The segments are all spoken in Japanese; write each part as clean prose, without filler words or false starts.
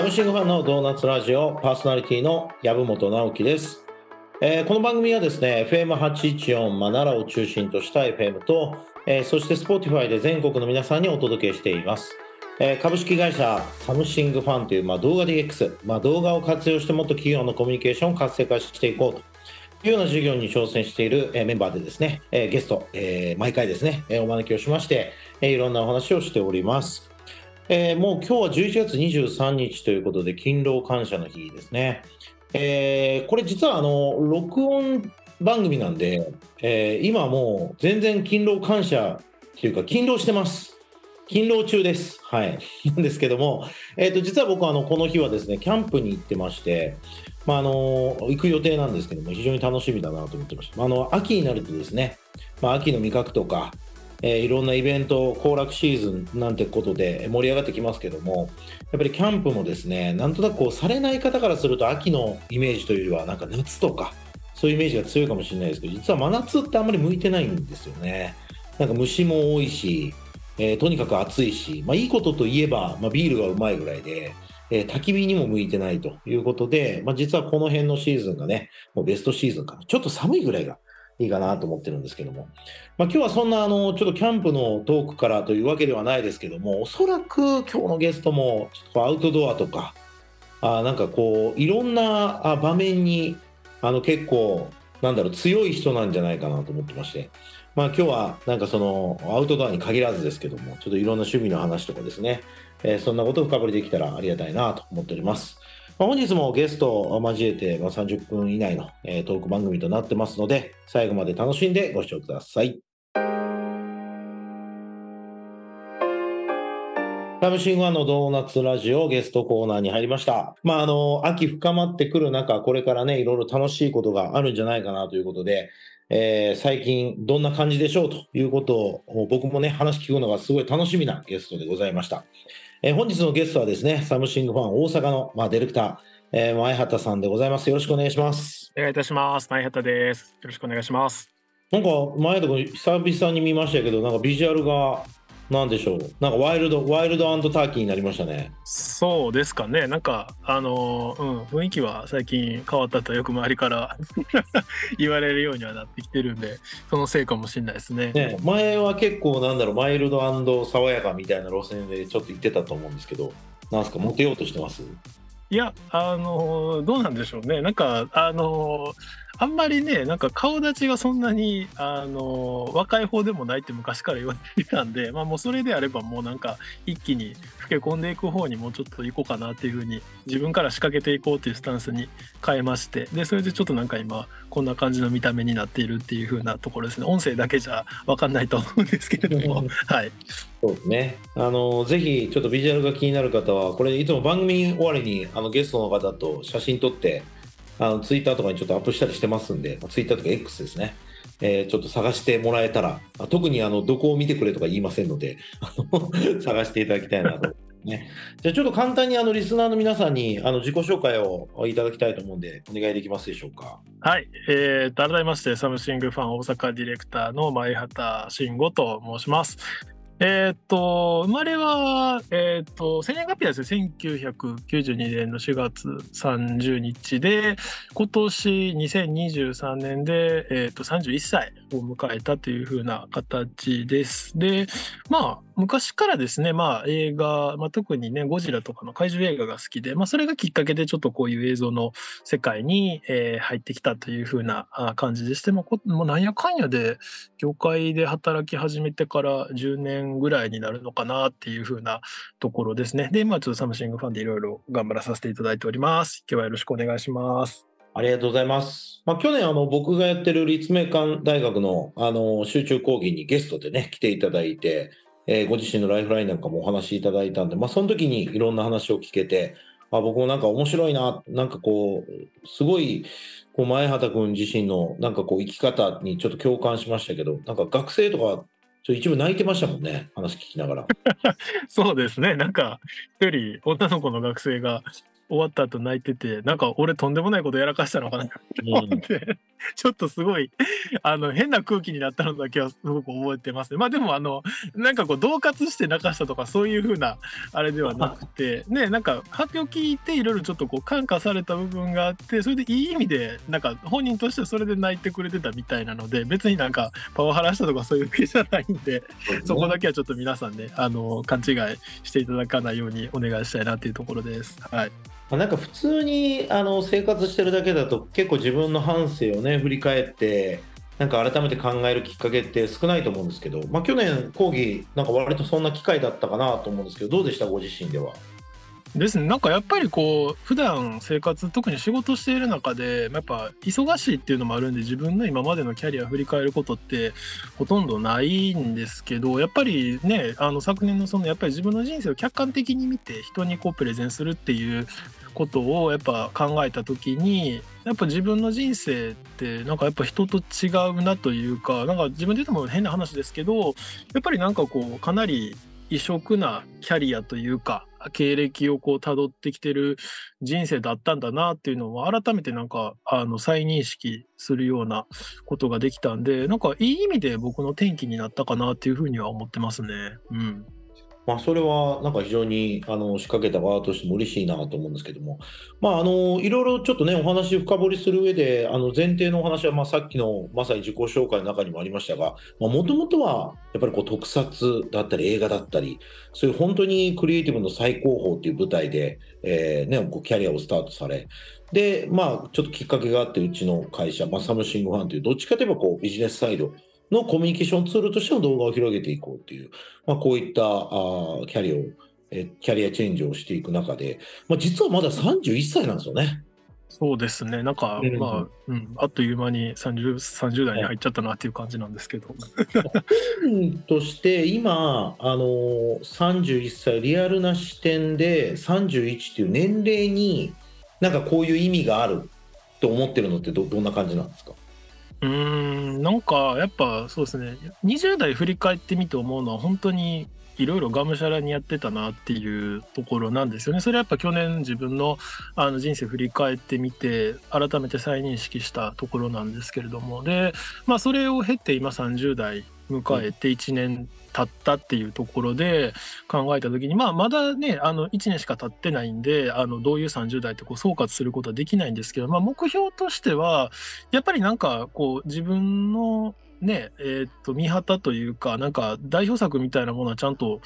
ラムシングファンのドーナツラジオパーソナリティの籔本直樹です。この番組はですね FM814、奈良を中心とした FM と、そして Spotify で全国の皆さんにお届けしています。株式会社サムシングファンという、動画 DX、動画を活用してもっと企業のコミュニケーションを活性化していこうというような授業に挑戦している、メンバーでですね、ゲスト、毎回ですね、お招きをしまして、いろんなお話をしております。もう今日は11月23日ということで勤労感謝の日ですね。これ実は録音番組なんで、今もう全然勤労感謝というか勤労してます。勤労中です。はい。なんですけども、実は僕はこの日はですね、キャンプに行ってまして、行く予定なんですけども、非常に楽しみだなと思ってました。秋になるとですね、秋の味覚とか、いろんなイベント、行楽シーズンなんてことで盛り上がってきますけども、やっぱりキャンプもですね、なんとなくこうされない方からすると秋のイメージというよりはなんか夏とかそういうイメージが強いかもしれないですけど、実は真夏ってあんまり向いてないんですよね。なんか虫も多いし、とにかく暑いし、いいことといえば、ビールがうまいぐらいで、焚き火にも向いてないということで、実はこの辺のシーズンがね、もうベストシーズンかな。ちょっと寒いぐらいがいいかなと思ってるんですけども、今日はそんなちょっとキャンプのトークからというわけではないですけども、おそらく今日のゲストもちょっとアウトドアとか、なんかこういろんな場面に結構強い人なんじゃないかなと思ってまして、今日はなんかそのアウトドアに限らずですけども、ちょっといろんな趣味の話とかですね、そんなことを深掘りできたらありがたいなと思っております。本日もゲストを交えて30分以内のトーク番組となってますので、最後まで楽しんでご視聴ください。ラムシングワンのドーナツラジオゲストコーナーに入りました。秋深まってくる中、これからね、いろいろ楽しいことがあるんじゃないかなということで、最近どんな感じでしょうということを僕もね、話聞くのがすごい楽しみなゲストでございました。本日のゲストはですね、サムシングファン大阪の、ディレクター、前畑さんでございます。よろしくお願いします。 お願いいたします。前畑です。よろしくお願いします。 なんか前畑君久々に見ましたけど、なんかビジュアルがなんでしょう、なんかワイルドターキーになりましたね。 そうですかね。なんか雰囲気は最近変わったとよく周りから言われるようにはなってきてるんで、そのせいかもしれないですね。 前は結構マイルド&爽やかみたいな路線でちょっと言ってたと思うんですけど、なんすかモテようとしてます？ いや、どうなんでしょうね。なんかあんまりね、なんか顔立ちがそんなに若い方でもないって昔から言われてたんで、もうそれであればもうなんか一気に老け込んでいく方にもうちょっと行こうかなっていう風に自分から仕掛けていこうっていうスタンスに変えまして、でそれでちょっとなんか今こんな感じの見た目になっているっていう風なところですね。音声だけじゃ分かんないと思うんですけれどもはい。 そうですね。ぜひちょっとビジュアルが気になる方は、これいつも番組終わりにゲストの方と写真撮ってツイッターとかにちょっとアップしたりしてますんで、ツイッターとか X ですね。ちょっと探してもらえたら、特にどこを見てくれとか言いませんので、探していただきたいなと。ね、じゃあちょっと簡単にリスナーの皆さんに自己紹介をいただきたいと思うんで、お願いできますでしょうか。 はい、改めましてサムシングファン大阪ディレクターの前畑慎吾と申します。生まれは、生年月日はですね、1992年の4月30日で、今年2023年で、31歳を迎えたという風な形です。で、昔からですね、映画、特にね、ゴジラとかの怪獣映画が好きで、それがきっかけでちょっとこういう映像の世界に、入ってきたという風な感じでして、もうなんやかんやで、業界で働き始めてから10年ぐらいになるのかなっていう風なところですね。で、今ちょっとサムシングファンでいろいろ頑張らさせていただいております。今日はよろしくお願いします。 ありがとうございます。去年僕がやってる立命館大学の集中講義にゲストでね来ていただいて、ご自身のライフラインなんかもお話しいただいたんで、その時にいろんな話を聞けて、僕もなんか面白いな、なんかこうすごいこう前畑君自身のなんかこう生き方にちょっと共感しましたけど、なんか学生とか一部泣いてましたもんね、話聞きながら。 そうですね。なんか一人女の子の学生が終わった後泣いてて、なんか俺とんでもないことやらかしたのかなと思って、 ちょっとすごい変な空気になったのだけはすごく覚えてますね。まあでもなんかこう恫喝して泣かしたとかそういう風なあれではなくてね、なんか発表聞いていろいろちょっとこう感化された部分があって、それでいい意味でなんか本人としてそれで泣いてくれてたみたいなので、別になんかパワハラしたとかそういうわけじゃないんで、そこだけはちょっと皆さんね勘違いしていただかないようにお願いしたいなっていうところです。はい。 なんか普通に生活してるだけだと結構自分の半生をね振り返ってなんか改めて考えるきっかけって少ないと思うんですけど、去年講義なんか割とそんな機会だったかなと思うんですけど、どうでしたご自身では。 ですね、なんかやっぱりこう普段生活特に仕事している中でやっぱ忙しいっていうのもあるんで、自分の今までのキャリア振り返ることってほとんどないんですけど、やっぱりね昨年のやっぱり自分の人生を客観的に見て人にこうプレゼンするっていうことをやっぱ考えた時に、やっぱ自分の人生ってなんかやっぱ人と違うなというか、なんか自分で言っても変な話ですけど、やっぱりなんかこうかなり異色なキャリアというか経歴をこう辿ってきてる人生だったんだなっていうのを改めてなんか再認識するようなことができたんで、なんかいい意味で僕の転機になったかなっていうふうには思ってますね。うん。 それはなんか非常に仕掛けた側としても嬉しいなと思うんですけども、いろいろちょっとねお話深掘りする上で前提のお話はさっきのまさに自己紹介の中にもありましたが、もともとはやっぱりこう特撮だったり映画だったり、そういう本当にクリエイティブの最高峰っていう舞台で、こうキャリアをスタートされ、でちょっときっかけがあってうちの会社、サムシングファンというどっちかといえばこうビジネスサイドのコミュニケーションツールとしての動画を広げていこうという、こういったキャリアチェンジをしていく中で、実はまだ31歳なんですよね。 そうですね。なんか、あっという間に30代に入っちゃったなっていう感じなんですけど。 として今31歳リアルな視点で31っていう年齢になんかこういう意味があると思ってるのってどんな感じなんですか？ なんかやっぱそうですね、20代振り返ってみて思うのは本当にいろいろがむしゃらにやってたなっていうところなんですよね。それはやっぱ去年自分の人生振り返ってみて改めて再認識したところなんですけれども、でそれを経て今30代迎えて1年経ったっていうところで考えた時に、まだね1年しか経ってないんでどういう30代ってこう総括することはできないんですけど、目標としてはやっぱりなんかこう自分のね見旗というかなんか代表作みたいなものはちゃんと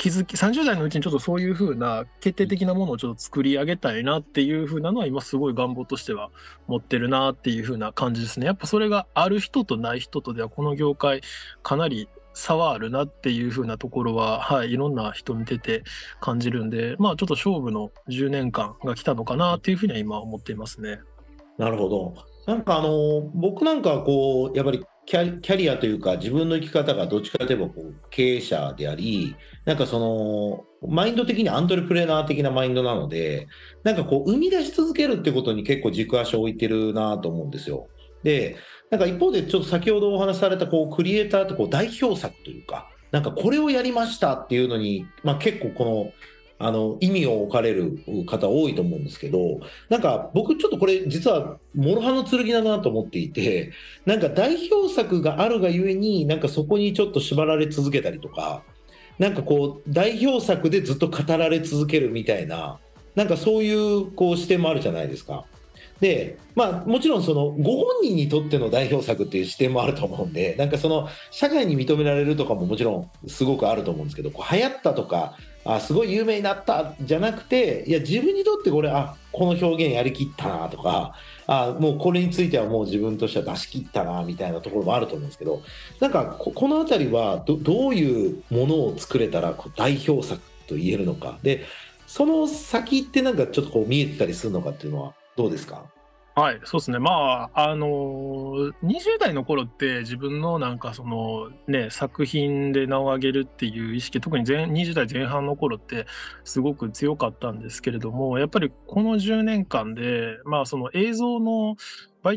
30代のうちにちょっとそういう風な決定的なものをちょっと作り上げたいなっていう風なのは今すごい願望としては持ってるなっていう風な感じですね。やっぱそれがある人とない人とではこの業界かなり差はあるなっていう風なところは、はい、いろんな人見てて感じるんで、ちょっと勝負の10年間が来たのかなっていう風には今思っていますね。 なるほど。なんか僕なんかはこうやっぱりキャリアというか自分の生き方がどっちかといえばこう経営者であり、なんかそのマインド的にアントレプレーナー的なマインドなので、なんかこう生み出し続けるってことに結構軸足を置いてるなと思うんですよ。で、なんか一方でちょっと先ほどお話しされたこうクリエイターってこう代表作というか、なんかこれをやりましたっていうのに、結構この意味を置かれる方多いと思うんですけど、なんか僕ちょっとこれ実は諸刃の剣だなと思っていて、なんか代表作があるがゆえになんかそこにちょっと縛られ続けたりとか、なんかこう代表作でずっと語られ続けるみたいな、なんかそういうこう視点もあるじゃないですか。で、もちろんそのご本人にとっての代表作っていう視点もあると思うんで、なんかその社会に認められるとかももちろんすごくあると思うんですけど、こう流行ったとかすごい有名になったじゃなくて、いや自分にとってこれこの表現やりきったなとか、もうこれについてはもう自分としては出し切ったなみたいなところもあると思うんですけど、なんかこの辺りはどういうものを作れたらこう代表作と言えるのかで、その先ってなんかちょっとこう見えてたりするのかっていうのはどうですか？ はい、そうですね。20代の頃って自分のなんかそのね、作品で名を上げるっていう意識、特に20代前半の頃ってすごく強かったんですけれども、やっぱりこの10年間で、その映像の媒体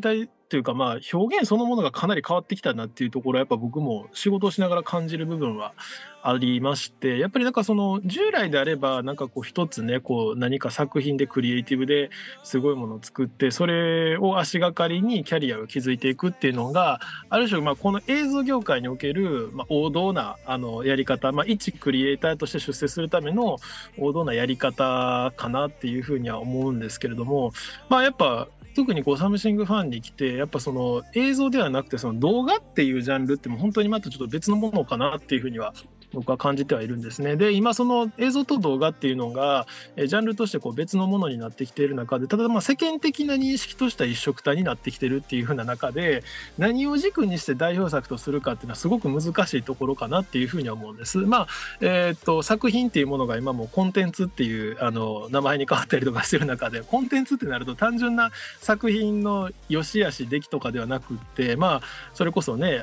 っていうか、まあ、表現そのものがかなり変わってきたなっていうところはやっぱ僕も仕事をしながら感じる部分はありまして、やっぱりなんかその従来であればなんかこう一つねこう何か作品でクリエイティブですごいものを作ってそれを足がかりにキャリアを築いていくっていうのがある種まあこの映像業界におけるまあ王道なやり方、まあ、一クリエイターとして出世するための王道なやり方かなっていうふうには思うんですけれども、まあやっぱ特にこうサムシングファンに来てやっぱその映像ではなくてその動画っていうジャンルってもう本当にまたちょっと別のものかなっていうふうには僕は感じてはいるんですね。で今その映像と動画っていうのがジャンルとしてこう別のものになってきている中で、ただまあ世間的な認識としては一緒くたになってきてるっていう風な中で何を軸にして代表作とするかっていうのはすごく難しいところかなっていうふうには思うんです。まあ作品っていうものが今もコンテンツっていう名前に変わったりとかしてる中で、コンテンツってなると単純な作品の良し悪し出来とかではなくって、まあそれこそね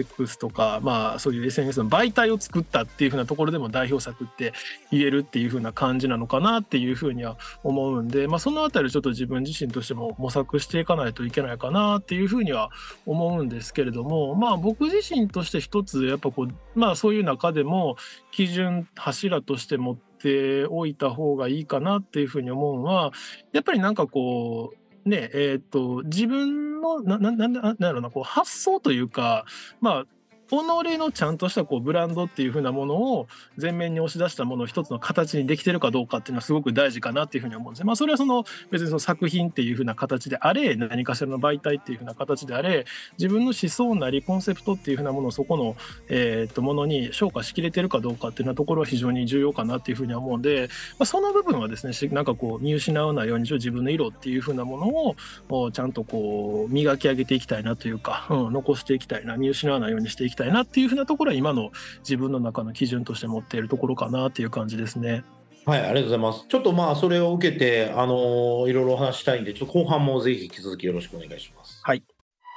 X とかまあそういう SNS の媒体を作ったっていう風なところでも代表作って言えるっていう風な感じなのかなっていう風には思うんで、まあそのあたりちょっと自分自身としても模索していかないといけないかなっていう風には思うんですけれども、まあ僕自身として一つやっぱこうまあそういう中でも基準柱として持っておいた方がいいかなっていう風に思うのは、やっぱりなんかこうね自分のなんだろうなこう発想というか、まあ己のちゃんとしたこうブランドっていう風なものを前面に押し出したものを一つの形にできてるかどうかっていうのはすごく大事かなっていう風に思うんですね。まあそれはその別にその作品っていう風な形であれ、何かしらの媒体っていう風な形であれ、自分の思想なりコンセプトっていう風なものをそこのものに昇華しきれてるかどうかっていうようなところは非常に重要かなっていう風に思うんで、まあ、その部分はですねなんかこう見失わないように自分の色っていう風なものをちゃんとこう磨き上げていきたいなというか、残していきたいな、見失わないようにしていきたいなっていう風なところは今の自分の中の基準として持っているところかなっていう感じですね。 はい、ありがとうございます。ちょっとまあそれを受けていろいろお話したいんで、ちょっと後半もぜひ引き続きよろしくお願いします。 はい。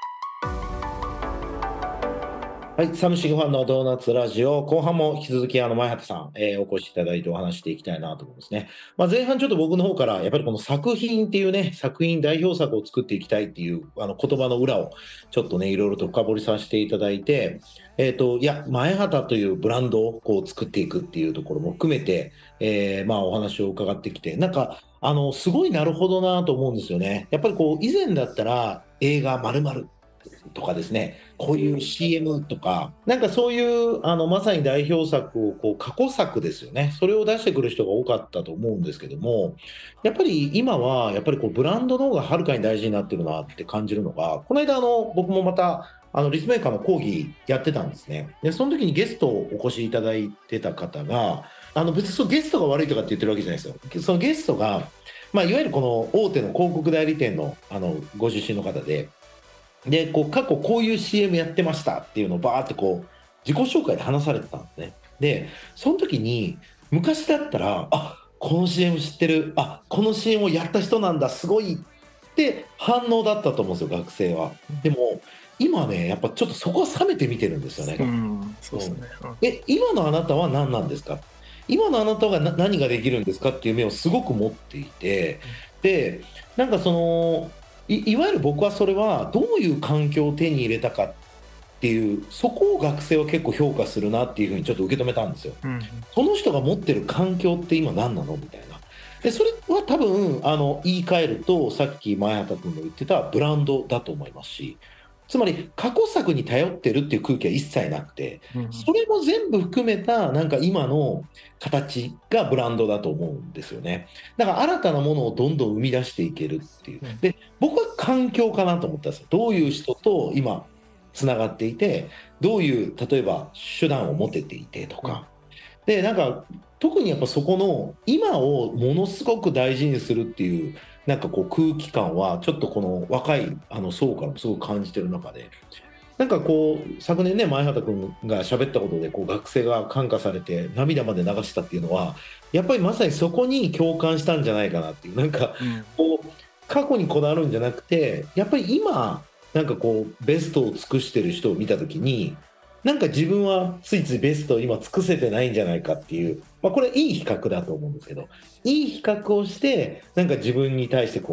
はい、サムシングファンのドーナツラジオ、後半も引き続き前畑さん、お越しいただいてお話していきたいなと思うんですね。まあ、前半ちょっと僕の方からやっぱりこの作品っていうね、作品代表作を作っていきたいっていう言葉の裏をちょっとねいろいろと深掘りさせていただいて、いや前畑というブランドをこう作っていくっていうところも含めて、まあお話を伺ってきて、なんかすごいなるほどなと思うんですよね。やっぱりこう以前だったら映画〇〇とかですね、こういう CM とか、なんかそういうまさに代表作をこう過去作ですよね、それを出してくる人が多かったと思うんですけども、やっぱり今はやっぱりこうブランドの方がはるかに大事になってるなって感じるのが、この間僕もまた立メーカーの講義やってたんですね。でその時にゲストをお越しいただいてた方が、別にそのゲストが悪いとかって言ってるわけじゃないですよ。そのゲストが、まあ、いわゆるこの大手の広告代理店のご出身の方で、こう過去こういう CM やってましたっていうのをバーってこう自己紹介で話されてたんですね。でその時に昔だったらこの CM 知ってる、この CM をやった人なんだすごいって反応だったと思うんですよ、学生は。でも今ねやっぱちょっとそこは冷めて見てるんですよね。 そうですね。 今のあなたは何なんですか、今のあなたが何ができるんですかっていう目をすごく持っていて、でなんかそのいわゆる僕はそれはどういう環境を手に入れたかっていう、そこを学生は結構評価するなっていうふうにちょっと受け止めたんですよ。その人が持ってる環境って今何なのみたいな。でそれは多分言い換えるとさっき前畑君が言ってたブランドだと思いますし、つまり過去作に頼ってるっていう空気は一切なくて、それも全部含めたなんか今の形がブランドだと思うんですよね。だから新たなものをどんどん生み出していけるっていう。で僕は環境かなと思ったんですよ。どういう人と今つながっていて、どういう例えば手段を持てていてとか、でなんか特にやっぱそこの今をものすごく大事にするっていうなんかこう空気感はちょっとこの若い層からもすごく感じてる中で、なんかこう昨年ね前畑君が喋ったことでこう学生が感化されて涙まで流したっていうのはやっぱりまさにそこに共感したんじゃないかなっていう、なんかこう過去にこだわるんじゃなくて、やっぱり今なんかこうベストを尽くしてる人を見た時になんか自分はついついベストを今尽くせてないんじゃないかっていう、これいい比較だと思うんですけど、いい比較をしてなんか自分に対してこう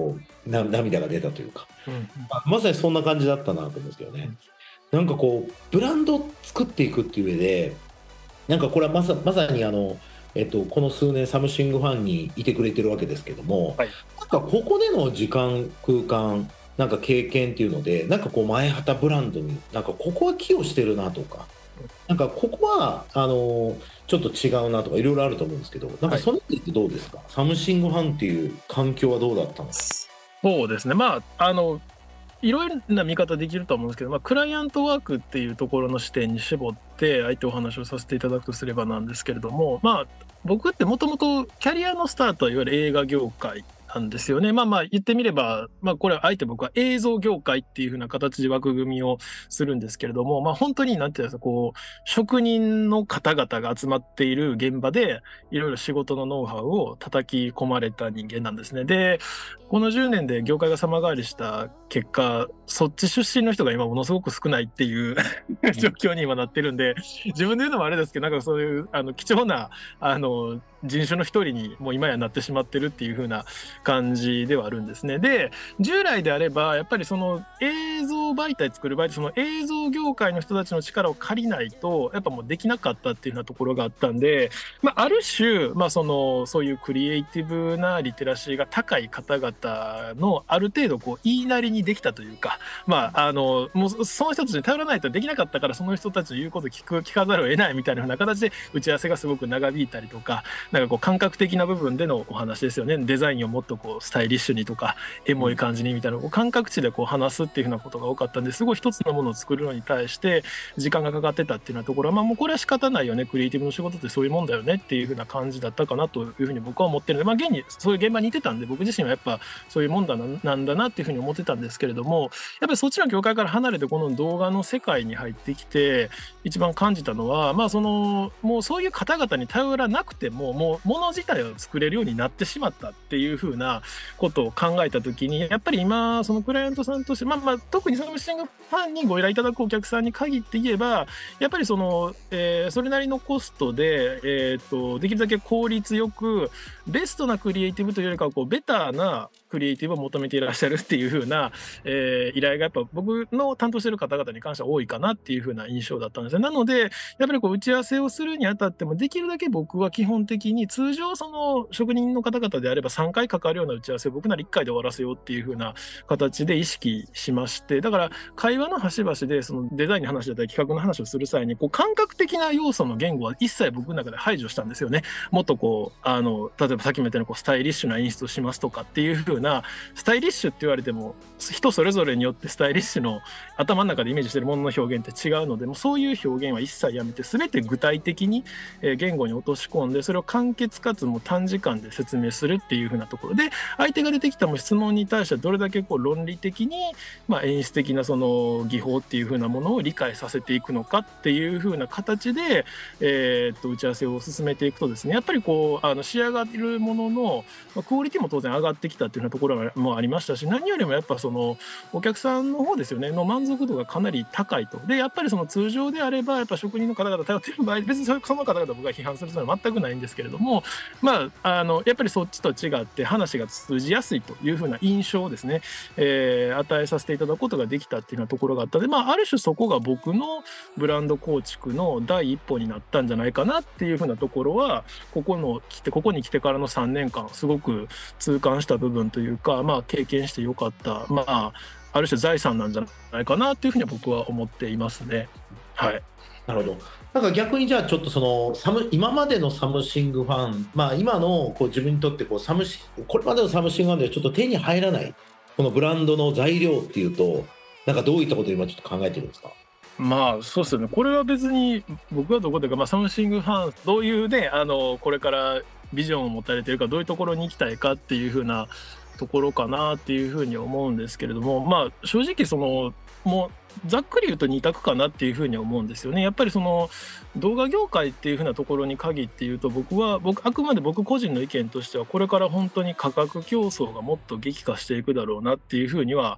涙が出たというか、 うんまさにそんな感じだったなと思うんですけどね。なんかこうブランドを作っていくっていう上で、なんかこれはまさにこの数年サムシングファンにいてくれてるわけですけども、 はいなんかここでの時間空間なんか経験っていうので、なんかこう前畑ブランドになんかここは寄与してるなとか、なんかここはちょっと違うなとかいろいろあると思うんですけど、なんかそのってどうですか、サムシングファンっていう環境はどうだったのか。 そうですね、いろいろな見方できると思うんですけど、クライアントワークっていうところの視点に絞って相手お話をさせていただくとすればなんですけれども、僕ってもともとキャリアのスタートはいわゆる映画業界なんですよね。言ってみれば、これはあえて僕は映像業界っていう風な形で枠組みをするんですけれども、本当になんていうんですか、こう職人の方々が集まっている現場でいろいろ仕事のノウハウを叩き込まれた人間なんですね。で、この10年で業界が様変わりした結果、そっち出身の人が今ものすごく少ないっていう状況に今なってるんで、自分で言うのもあれですけど、なんかそういう貴重な人種の一人にもう今やなってしまってるっていう風な感じではあるんですね。で、従来であればやっぱりその映像媒体作る場合、その映像業界の人たちの力を借りないとやっぱもうできなかったっていうようなところがあったんで、ある種、そういうクリエイティブなリテラシーが高い方々のある程度こう言いなりにできたというか、もうその人たちに頼らないとできなかったから、その人たちの言うことを聞かざるを得ないみたいな形で打ち合わせがすごく長引いたりとか、なんかこう感覚的な部分でのお話ですよね。デザインをもっとこうスタイリッシュにとかエモい感じにみたいな感覚値でこう話すっていうふうなことが多かったんで、すごい一つのものを作るのに対して時間がかかってたっていうようなところは、もうこれは仕方ないよね、クリエイティブの仕事ってそういうもんだよねっていうふうな感じだったかなというふうに僕は思ってるので、現にそういう現場にいてたんで、僕自身はやっぱそういうもんなんだなっていうふうに思ってたんですけれども、やっぱりそっちの業界から離れてこの動画の世界に入ってきて一番感じたのは、もうそういう方々に頼らなくてももうもの自体を作れるようになってしまったっていうふうなことを考えた時に、やっぱり今そのクライアントさんとして、特にサムシングファンにご依頼いただくお客さんに限って言えば、やっぱりそれなりのコストで、できるだけ効率よくベストなクリエイティブというよりかはこうベターなクリエイティブを求めていらっしゃるっていう風な、依頼がやっぱ僕の担当している方々に関しては多いかなっていう風な印象だったんですよ。なのでやっぱりこう打ち合わせをするにあたっても、できるだけ僕は基本的に通常その職人の方々であれば3回かかるような打ち合わせを僕なら1回で終わらせようっていう風な形で意識しまして、だから会話の端々でそのデザインの話だったり企画の話をする際にこう感覚的な要素の言語は一切僕の中で排除したんですよね。もっとこう例えばさっきも言ったようにこうスタイリッシュな演出をしますとかっていう風な、スタイリッシュって言われても人それぞれによってスタイリッシュの頭の中でイメージしてるものの表現って違うので、もうそういう表現は一切やめて全て具体的に言語に落とし込んで、それを簡潔かつもう短時間で説明するっていう風なところで、相手が出てきた質問に対してどれだけこう論理的に、演出的なその技法っていう風なものを理解させていくのかっていう風な形で、打ち合わせを進めていくとですね、やっぱりこう仕上がるもののクオリティも当然上がってきたっていうようなところもありましたし、何よりもやっぱそのお客さんの方ですよねの満足度がかなり高いと。でやっぱりその通常であればやっぱ職人の方々頼っている場合、別にその方々僕が批判するつもりは全くないんですけれども、やっぱりそっちと違って話が通じやすいというふうな印象をですね、与えさせていただくことができたっていうようなところがあったので、ある種そこが僕のブランド構築の第一歩になったんじゃないかなっていうふうなところは、ここに来てからの3年間すごく痛感した部分というか、経験してよかった、ある種財産なんじゃないかなっていうふうには僕は思っていますね。はい。 なるほど。なんか逆にじゃあちょっとその今までのサムシングファン、今のこう自分にとってこうこれまでのサムシングファンではちょっと手に入らないこのブランドの材料っていうと、なんかどういったことを今ちょっと考えてるんですか？ そうですよね。これは別に僕はどこでか、サムシングファンどういうねこれからビジョンを持たれているか、どういうところに行きたいかっていう風なところかなっていう風に思うんですけれども、正直そのもうざっくり言うと2択かなっていう風に思うんですよね。やっぱりその動画業界っていう風なところに限って言うと、あくまで僕個人の意見としては、これから本当に価格競争がもっと激化していくだろうなっていう風には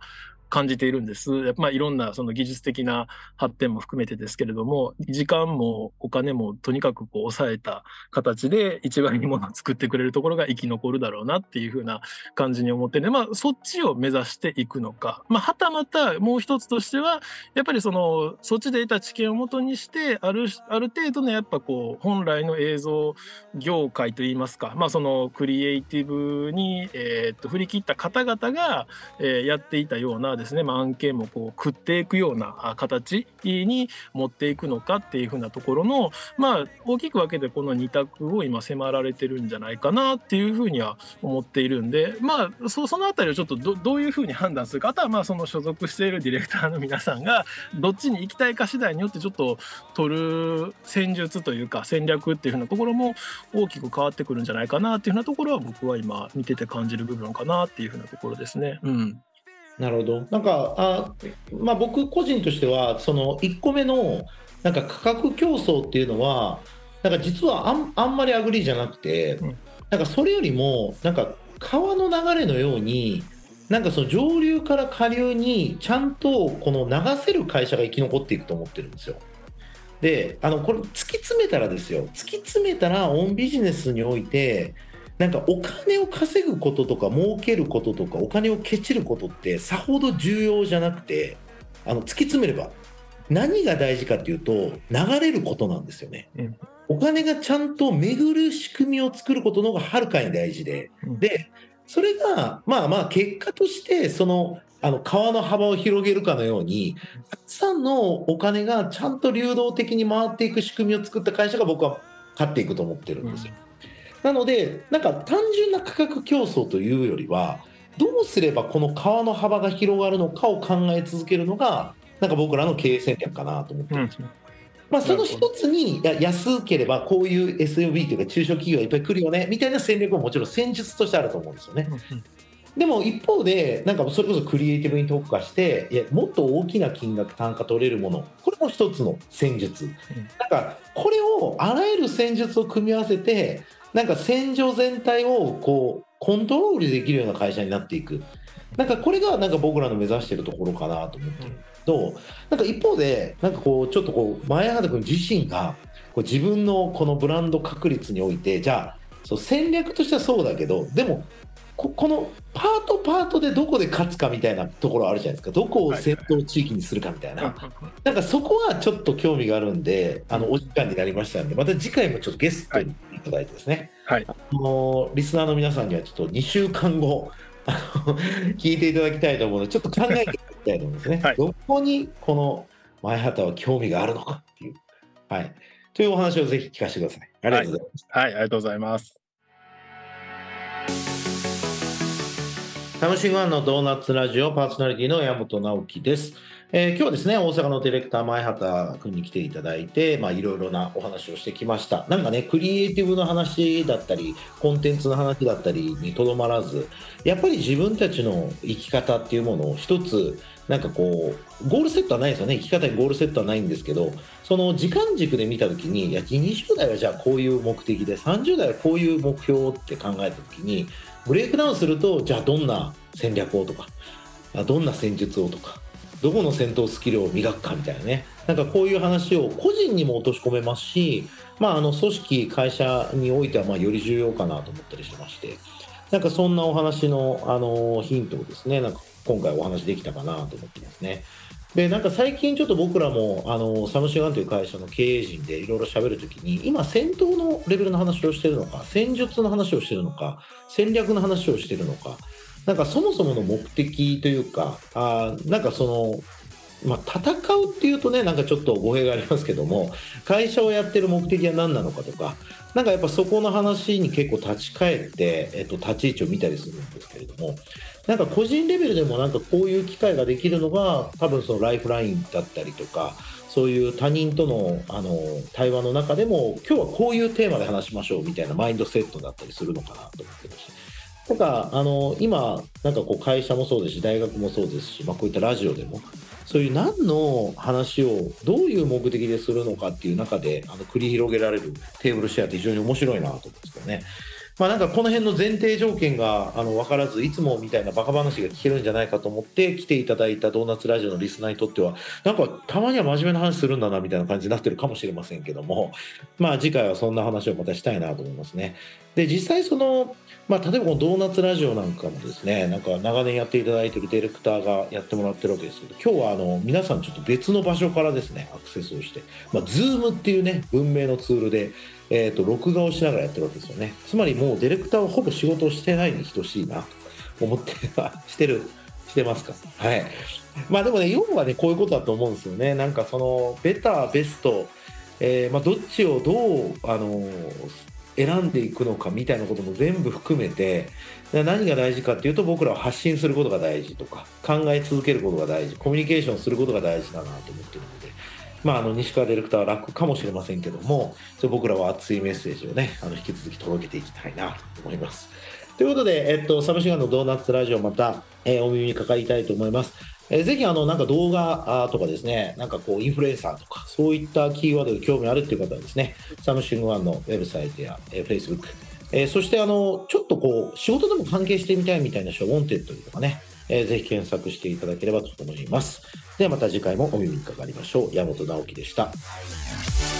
感じているんです。やっぱいろんなその技術的な発展も含めてですけれども、時間もお金もとにかくこう抑えた形で一番いいものを作ってくれるところが生き残るだろうなっていうふうな感じに思ってね、そっちを目指していくのか、はたまたもう一つとしては、やっぱりそっちで得た知見をもとにして、ある程度のやっぱこう、本来の映像業界といいますか、そのクリエイティブに、振り切った方々が、やっていたようなですね、案件もこう食っていくような形に持っていくのかっていうふうなところの、大きく分けてこの2択を今迫られてるんじゃないかなっていうふうには思っているんで、そのあたりをちょっとどういうふうに判断するか、あとはその所属しているディレクターの皆さんがどっちに行きたいか次第によってちょっと取る戦術というか戦略っていうふうなところも大きく変わってくるんじゃないかなっていうふうなところは僕は今見てて感じる部分かなっていうふうなところですね。 なるほど。なんか僕個人としてはその1個目のなんか価格競争っていうのはなんか実はあんまりアグリーじゃなくて、なんかそれよりもなんか川の流れのようになんかその上流から下流にちゃんとこの流せる会社が生き残っていくと思ってるんですよ。でこれ突き詰めたらですよ、突き詰めたらオンビジネスにおいてなんかお金を稼ぐこととか儲けることとかお金をけちることってさほど重要じゃなくて、突き詰めれば何が大事かっていうと流れることなんですよね。お金がちゃんと巡る仕組みを作ることの方がはるかに大事で、でそれが結果としてその川の幅を広げるかのようにたくさんのお金がちゃんと流動的に回っていく仕組みを作った会社が僕は勝っていくと思ってるんですよ。なのでなんか単純な価格競争というよりはどうすればこの川の幅が広がるのかを考え続けるのがなんか僕らの経営戦略かなと思ってるんですよ。その一つに安ければこういう SOB というか中小企業がいっぱい来るよねみたいな戦略ももちろん戦術としてあると思うんですよね。でも一方でなんかそれこそクリエイティブに特化してもっと大きな金額単価取れるもの、これも一つの戦術、なんかこれをあらゆる戦術を組み合わせてなんか戦場全体をこうコントロールできるような会社になっていく、なんかこれがなんか僕らの目指しているところかなと思ってると、なんか一方でなんかこうちょっとこう前畑君自身がこう自分のこのブランド確立においてじゃあそう戦略としてはそうだけどでもこのパートでどこで勝つかみたいなところあるじゃないですか。どこを戦闘地域にするかみたいな、なんかそこはちょっと興味があるんでお時間になりましたのでまた次回もちょっとゲストにいただいてですね、リスナーの皆さんにはちょっと2週間後聞いていただきたいと思うのでちょっと考えていただきたいと思うんですね、どこにこの前畑は興味があるのかっていう、というお話をぜひ聞かせてください。ありがとうございます。 ありがとうございます。 サムシングワンのドーナツラジオパーソナリティの山本直樹です。今日はですね大阪のディレクター前畑君に来ていただいていろいろなお話をしてきました。なんかねクリエイティブの話だったりコンテンツの話だったりにとどまらずやっぱり自分たちの生き方っていうものを一つなんかこうゴールセットはないですよね。生き方にゴールセットはないんですけどその時間軸で見た時に20代はじゃあこういう目的で30代はこういう目標って考えた時にブレイクダウンするとじゃあどんな戦略をとかどんな戦術をとかどこの戦闘スキルを磨くかみたいなね、なんかこういう話を個人にも落とし込めますし、組織会社においてはより重要かなと思ったりしまして、なんかそんなお話のヒントをですねなんか今回お話できたかなと思ってますね。でなんか最近ちょっと僕らもサムシングワンという会社の経営陣でいろいろ喋るときに今戦闘のレベルの話をしているのか戦術の話をしているのか戦略の話をしているのか、なんかそもそもの目的というかなんかその、戦うっていうとねなんかちょっと語弊がありますけども会社をやってる目的は何なのかとかなんかやっぱそこの話に結構立ち返って、立ち位置を見たりするんですけれども、なんか個人レベルでもなんかこういう機会ができるのが多分そのライフラインだったりとかそういう他人との、対話の中でも今日はこういうテーマで話しましょうみたいなマインドセットだったりするのかなと思ってまして、なんか今なんかこう会社もそうですし大学もそうですし、こういったラジオでもそういう何の話をどういう目的でするのかっていう中で繰り広げられるテーブルシェアって非常に面白いなと思うんですけどね。 なんかこの辺の前提条件が分からず、いつもみたいなバカ話が聞けるんじゃないかと思って来ていただいたドーナツラジオのリスナーにとっては、なんかたまには真面目な話するんだなみたいな感じになってるかもしれませんけども、次回はそんな話をまたしたいなと思いますね。で、実際例えばこのドーナツラジオなんかもですね、なんか長年やっていただいているディレクターがやってもらってるわけですけど、今日は皆さんちょっと別の場所からですね、アクセスをして、Zoom っていうね、文明のツールで、録画をしながらやってるわけですよね。つまりもうディレクターはほぼ仕事をしてないに等しいなと思ってしてますか。はい。でもね、要はね、こういうことだと思うんですよね。なんかベターベスト、どっちをどう選んでいくのかみたいなことも全部含めて、何が大事かっていうと、僕らは発信することが大事とか、考え続けることが大事、コミュニケーションすることが大事だなと思ってるので、西川ディレクターは楽かもしれませんけども、僕らは熱いメッセージをね、引き続き届けていきたいなと思います。ということで、サムシガンのドーナツラジオ、また、お耳にかかりたいと思います。ぜひなんか動画とかですね、なんかインフルエンサーとか、そういったキーワードに興味あるという方はですね、サムシングワンのウェブサイトや、Facebook、そしてちょっと仕事でも関係してみたいみたいな人は、ウォンテッドとかね、ぜひ検索していただければと思います。ではまた次回もお耳にかかりましょう。山本直樹でした。